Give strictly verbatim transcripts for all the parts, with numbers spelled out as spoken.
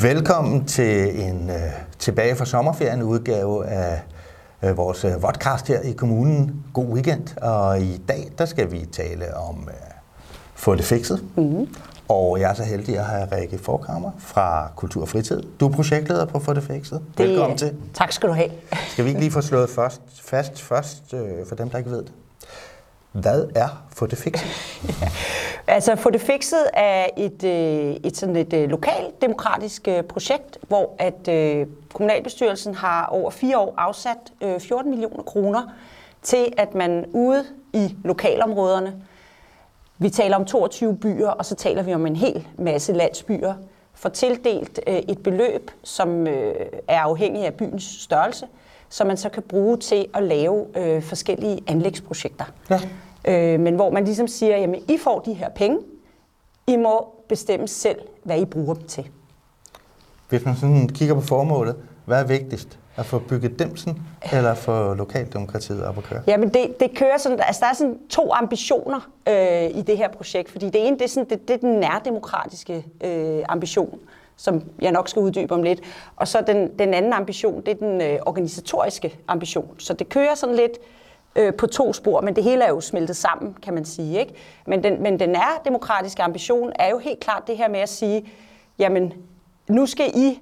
Velkommen til en uh, tilbage fra sommerferien udgave af uh, vores uh, podcast her i kommunen. God weekend, og i dag der skal vi tale om uh, Få det fikset. Mm-hmm. Og jeg er så heldig at have Rikke Forchhammer fra Kultur og Fritid. Du er projektleder på Få det fikset. Det, Velkommen til. Tak skal du have. Skal vi ikke lige få slået først, fast først, uh, for dem der ikke ved det? Hvad er Få det fikset? ja. Altså Få det fikset er et, et, sådan et lokalt demokratisk projekt, hvor at øh, kommunalbestyrelsen har over fire år afsat øh, fjorten millioner kroner til, at man ude i lokalområderne, vi taler om toogtyve byer, og så taler vi om en hel masse landsbyer, får tildelt øh, et beløb, som øh, er afhængig af byens størrelse, som man så kan bruge til at lave øh, forskellige anlægsprojekter. Ja. Øh, men hvor man ligesom siger, jamen I får de her penge, I må bestemme selv, hvad I bruger dem til. Hvis man sådan kigger på formålet, hvad er vigtigst? At få bygget Dimsen, eller få lokaldemokratiet op at køre? Jamen det, det kører sådan, altså der er sådan to ambitioner øh, i det her projekt, fordi det ene, det er, sådan, det, det er den nærdemokratiske øh, ambition, som jeg nok skal uddybe om lidt. Og så den, den anden ambition, det er den øh, organisatoriske ambition. Så det kører sådan lidt øh, på to spor, men det hele er jo smeltet sammen, kan man sige, ikke? Men den, men den nærdemokratiske ambition er jo helt klart det her med at sige, jamen nu skal I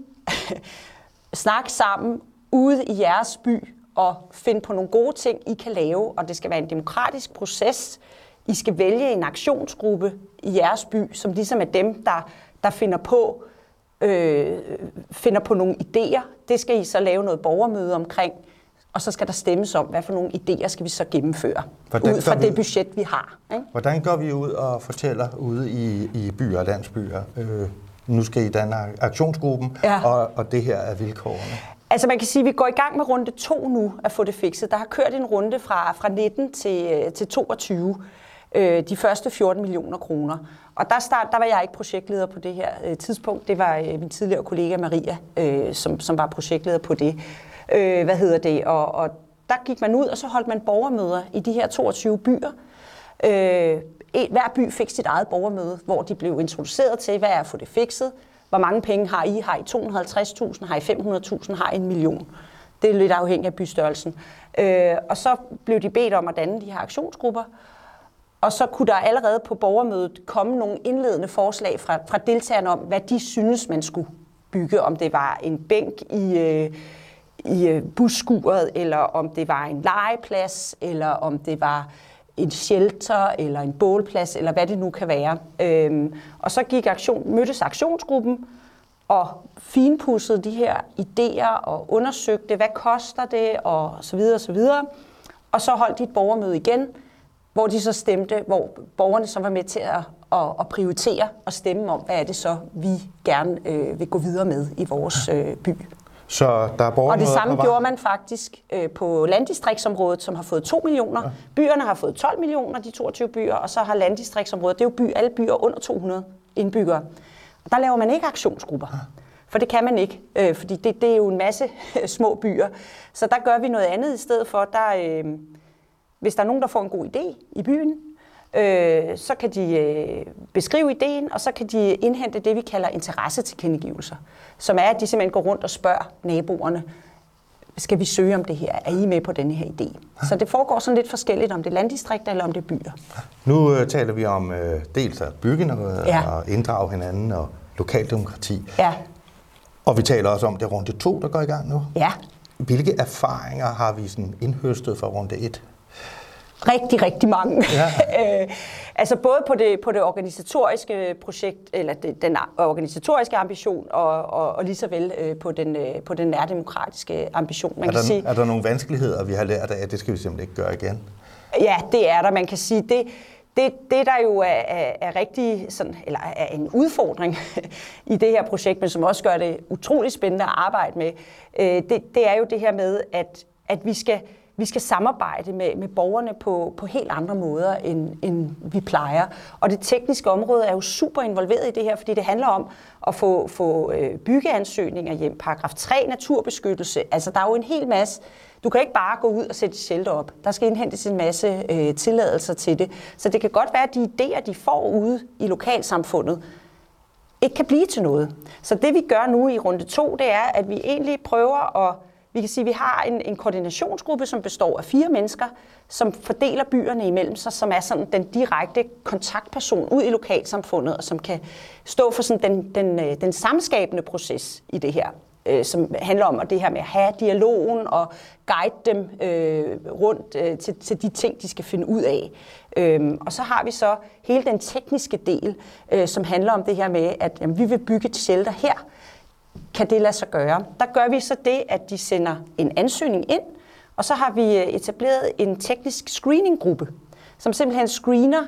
snakke sammen ude i jeres by og finde på nogle gode ting, I kan lave, og det skal være en demokratisk proces. I skal vælge en aktionsgruppe i jeres by, som ligesom er dem, der, der finder på Øh, finder på nogle idéer. Det skal I så lave noget borgermøde omkring, og så skal der stemmes om, hvad for nogle idéer skal vi så gennemføre, hvordan ud fra vi, det budget, vi har. Ikke? Hvordan går vi ud og fortæller ude i, i byer og landsbyer, øh, nu skal I danne aktionsgruppen, ja. og, og det her er vilkårene? Altså man kan sige, at vi går i gang med runde to nu at få det fikset. Der har kørt en runde fra, fra nitten til, til toogtyve, øh, de første fjorten millioner kroner. Og der, start, der var jeg ikke projektleder på det her øh, tidspunkt. Det var øh, min tidligere kollega Maria, øh, som, som var projektleder på det. Øh, hvad hedder det? Og, og der gik man ud, og så holdt man borgermøder i de her toogtyve byer. Øh, hver by fik sit eget borgermøde, hvor de blev introduceret til, hvad er at få det fikset? Hvor mange penge har I? Har I to hundrede og halvtreds tusind? Har I fem hundrede tusind? Har I en million? Det er lidt afhængigt af bystørrelsen. Øh, og så blev de bedt om at danne de her aktionsgrupper. Og så kunne der allerede på borgermødet komme nogle indledende forslag fra, fra deltagerne om, hvad de synes, man skulle bygge. Om det var en bænk i, øh, i busskuret, eller om det var en legeplads, eller om det var en shelter, eller en bålplads, eller hvad det nu kan være. Øhm, og så gik aktion, mødtes aktionsgruppen og finpudsede de her idéer og undersøgte, hvad koster det, og så videre, og så videre. Og så holdt de et borgermøde igen, hvor de så stemte, hvor borgerne så var med til at, at, at prioritere og stemme om, hvad er det så, vi gerne øh, vil gå videre med i vores øh, by. Så der er borgermøder. Og det samme gjorde man faktisk øh, på landdistriktsområdet, som har fået to millioner. Ja. Byerne har fået tolv millioner, de toogtyve byer, og så har landdistriktsområdet, det er jo by, alle byer under to hundrede indbyggere. Og der laver man ikke aktionsgrupper. Ja. For det kan man ikke, øh, fordi det, det er jo en masse små byer. Så der gør vi noget andet i stedet for, der... Øh, Hvis der er nogen, der får en god idé i byen, øh, så kan de øh, beskrive ideen, og så kan de indhente det, vi kalder interessetilkendegivelser, som er, at de simpelthen går rundt og spørger naboerne, skal vi søge om det her? Er I med på denne her idé? Så det foregår sådan lidt forskelligt, om det er landdistrikter eller om det er byer. Nu øh, taler vi om øh, dels at bygge noget, ja. og inddrage hinanden og lokaldemokrati. Ja. Og vi taler også om det runde to, der går i gang nu. Ja. Hvilke erfaringer har vi sådan indhøstet fra runde et? Rigtig, rigtig mange. Ja. Altså både på det, på det organisatoriske projekt, eller det, den organisatoriske ambition, og, og, og lige så vel på den, på den nærdemokratiske ambition. Man er, der, kan sige, er der nogle vanskeligheder, vi har lært af, at det skal vi simpelthen ikke gøre igen? Ja, det er der. Man kan sige, det, det, det der jo er, er, er rigtig, sådan, eller er en udfordring i det her projekt, men som også gør det utrolig spændende at arbejde med, det, det er jo det her med, at, at vi skal Vi skal samarbejde med, med borgerne på, på helt andre måder, end, end vi plejer. Og det tekniske område er jo super involveret i det her, fordi det handler om at få, få byggeansøgninger hjem. Paragraf tre, naturbeskyttelse. Altså, der er jo en hel masse. Du kan ikke bare gå ud og sætte et shelter op. Der skal indhentes en masse øh, tilladelser til det. Så det kan godt være, at de idéer, de får ude i lokalsamfundet, ikke kan blive til noget. Så det vi gør nu i runde to, det er, at vi egentlig prøver at, vi kan sige, at vi har en, en koordinationsgruppe, som består af fire mennesker, som fordeler byerne imellem sig, som er sådan den direkte kontaktperson ud i lokalsamfundet, og som kan stå for sådan den, den, den samskabende proces i det her, øh, som handler om at det her med at have dialogen og guide dem øh, rundt øh, til, til de ting, de skal finde ud af. Øhm, og så har vi så hele den tekniske del, øh, som handler om det her med, at jamen, vi vil bygge et shelter her. Kan det lade sig gøre? Der gør vi så det, at de sender en ansøgning ind, og så har vi etableret en teknisk screeninggruppe, som simpelthen screener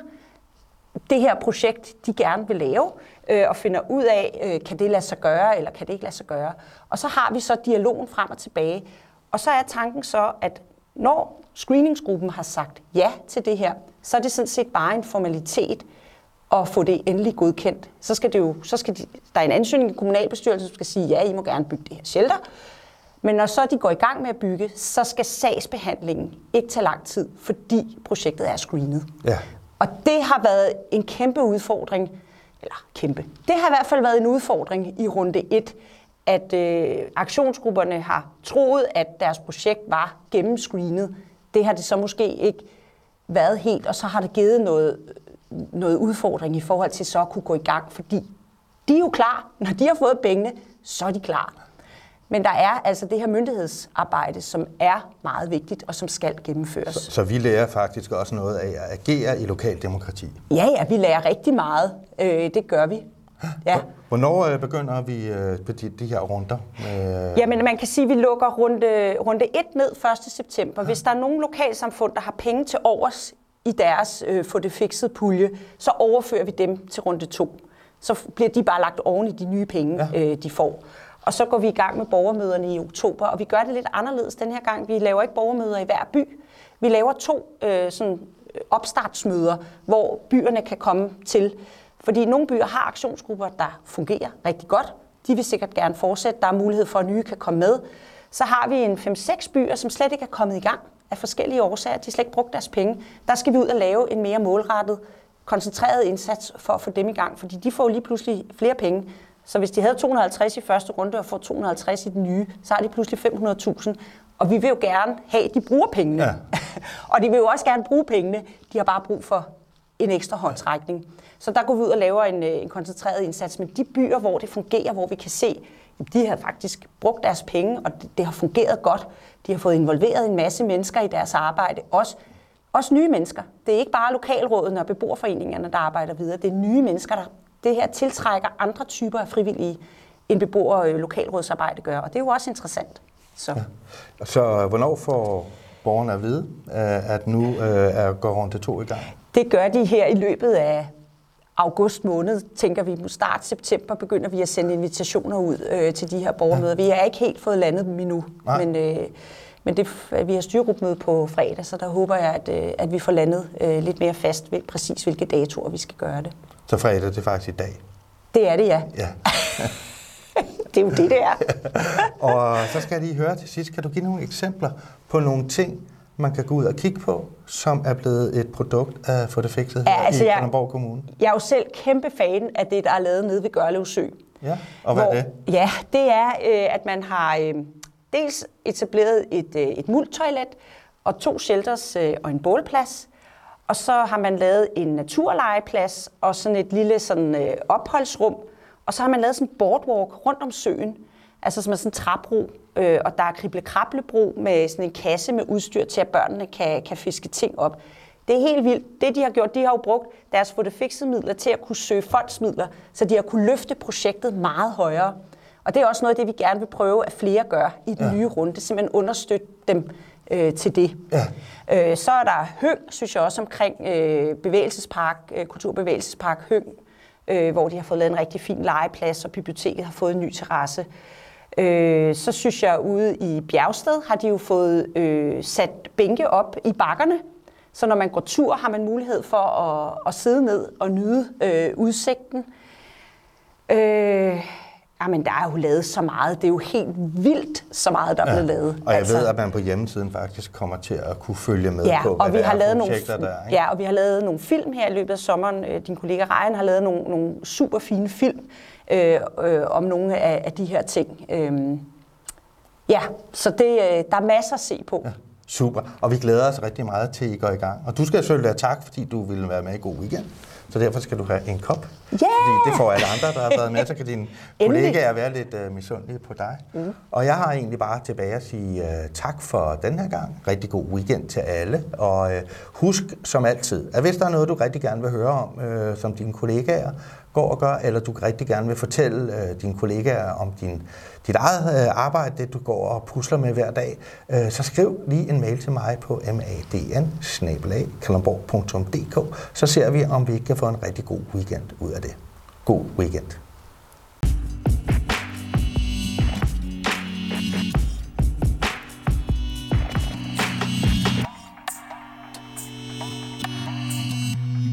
det her projekt, de gerne vil lave, øh, og finder ud af, øh, kan det lade sig gøre, eller kan det ikke lade sig gøre. Og så har vi så dialogen frem og tilbage. Og så er tanken så, at når screeningsgruppen har sagt ja til det her, så er det sådan set bare en formalitet at få det endelig godkendt. Så skal det jo, så skal de, der er en ansøgning i kommunalbestyrelsen, som skal sige, ja, I må gerne bygge det her shelter. Men når så de går i gang med at bygge, så skal sagsbehandlingen ikke tage lang tid, fordi projektet er screenet. Ja. Og det har været en kæmpe udfordring, eller kæmpe, det har i hvert fald været en udfordring i runde et, at øh, aktionsgrupperne har troet, at deres projekt var gennemscreenet. Det har det så måske ikke været helt, og så har det givet noget, noget udfordring i forhold til så at kunne gå i gang, fordi de er jo klar. Når de har fået pengene, så er de klar. Men der er altså det her myndighedsarbejde, som er meget vigtigt, og som skal gennemføres. Så, så vi lærer faktisk også noget af at agere i lokaldemokrati? Ja, ja, vi lærer rigtig meget. Øh, det gør vi. Ja. Hvornår begynder vi på de, de her runder? Jamen, man kan sige, at vi lukker runde, runde et ned første september. Hvis der er nogle lokalsamfund, der har penge til overs i deres øh, få det fikset pulje, så overfører vi dem til runde to. Så bliver de bare lagt oven i de nye penge, ja. øh, de får. Og så går vi i gang med borgermøderne i oktober, og vi gør det lidt anderledes den her gang. Vi laver ikke borgermøder i hver by. Vi laver to øh, sådan opstartsmøder, hvor byerne kan komme til. Fordi nogle byer har aktionsgrupper, der fungerer rigtig godt. De vil sikkert gerne fortsætte. Der er mulighed for, at nye kan komme med. Så har vi en fem seks byer, som slet ikke er kommet i gang af forskellige årsager. De har slet ikke brugt deres penge. Der skal vi ud og lave en mere målrettet, koncentreret indsats for at få dem i gang. Fordi de får lige pludselig flere penge. Så hvis de havde to hundrede og halvtreds i første runde og får to hundrede og halvtreds i den nye, så har de pludselig fem hundrede tusind. Og vi vil jo gerne have, at de bruger pengene. Ja. Og de vil jo også gerne bruge pengene. De har bare brug for en ekstra håndsrækning. Så der går vi ud og laver en, en koncentreret indsats. Men de byer, hvor det fungerer, hvor vi kan se, at de har faktisk brugt deres penge, og det, det har fungeret godt. De har fået involveret en masse mennesker i deres arbejde. Også, også nye mennesker. Det er ikke bare lokalrådene og beboerforeningerne, der arbejder videre. Det er nye mennesker, der det her tiltrækker andre typer af frivillige, end beboer- og lokalrådsarbejde gør. Og det er jo også interessant. Så, ja. Så hvornår får borgerne at vide, at nu er går runde to i gang? Det gør de her i løbet af august måned, tænker vi. Start september begynder vi at sende invitationer ud øh, til de her borgermøder. Ja. Vi har ikke helt fået landet dem endnu, Nej. men, øh, men det, vi har styrgruppemøde på fredag, så der håber jeg, at, øh, at vi får landet øh, lidt mere fast, ved præcis hvilke datoer vi skal gøre det. Så fredag, det er faktisk i dag? Det er det, ja. ja. Det er jo det, det er. Og så skal jeg lige høre til sidst, kan du give nogle eksempler på nogle ting, man kan gå ud og kigge på, som er blevet et produkt af Få det fikset her ja, altså i Kalundborg Kommune? Jeg er jo selv kæmpe fan af det, der er lavet nede ved Gørlev Sø. Ja, og hvad hvor, er det? Ja, det er, øh, at man har øh, dels etableret et, øh, et multoilet og to shelters øh, og en bålplads. Og så har man lavet en naturlegeplads og sådan et lille sådan, øh, opholdsrum. Og så har man lavet sådan en boardwalk rundt om søen, altså som er sådan en træbro. Øh, og der er krible-krable-bro med sådan en kasse med udstyr til, at børnene kan, kan fiske ting op. Det er helt vildt. Det, de har gjort, de har jo brugt deres få det fikset midler til at kunne søge fondsmidler, så de har kunne løfte projektet meget højere. Og det er også noget af det, vi gerne vil prøve, at flere gør i den ja. nye runde. Simpelthen understøtte dem øh, til det. Ja. Øh, så er der Høng, synes jeg også, omkring øh, bevægelsespark, øh, kulturbevægelsespark Høng, øh, hvor de har fået lavet en rigtig fin legeplads, og biblioteket har fået en ny terrasse. Øh, så synes jeg, ude i Bjergsted har de jo fået øh, sat bænke op i bakkerne. Så når man går tur, har man mulighed for at, at sidde ned og nyde øh, udsigten. Øh, Jamen, der er jo lavet så meget. Det er jo helt vildt, så meget, der er blevet ja. lavet. Og jeg altså, ved, at man på hjemmesiden faktisk kommer til at kunne følge med ja, på, hvad og vi det har er lavet for projekter, nogle, der er. Ikke? Ja, og vi har lavet nogle film her i løbet af sommeren. Din kollega Ryan har lavet nogle, nogle super fine film øh, øh, om nogle af, af de her ting. Øhm, ja, så det, der er masser at se på. Ja. Super, og vi glæder os rigtig meget til, at I går i gang. Og du skal selvfølgelig have tak, fordi du ville være med i God Weekend. Så derfor skal du have en kop. Yeah! Fordi det får alle andre, der har været med, så kan dine kollegaer være lidt uh, misundelige på dig. Mm. Og jeg har egentlig bare tilbage at sige uh, tak for den her gang. Rigtig god weekend til alle. Og uh, husk som altid, at hvis der er noget, du rigtig gerne vil høre om, uh, som dine kollegaer går og gør, eller du rigtig gerne vil fortælle uh, dine kollegaer om din, dit eget uh, arbejde, det du går og pusler med hver dag, uh, så skriv lige en mail til mig på madn bindestreg kalundborg punktum d k, så ser vi, om vi ikke kan få en rigtig god weekend ud af det. God weekend.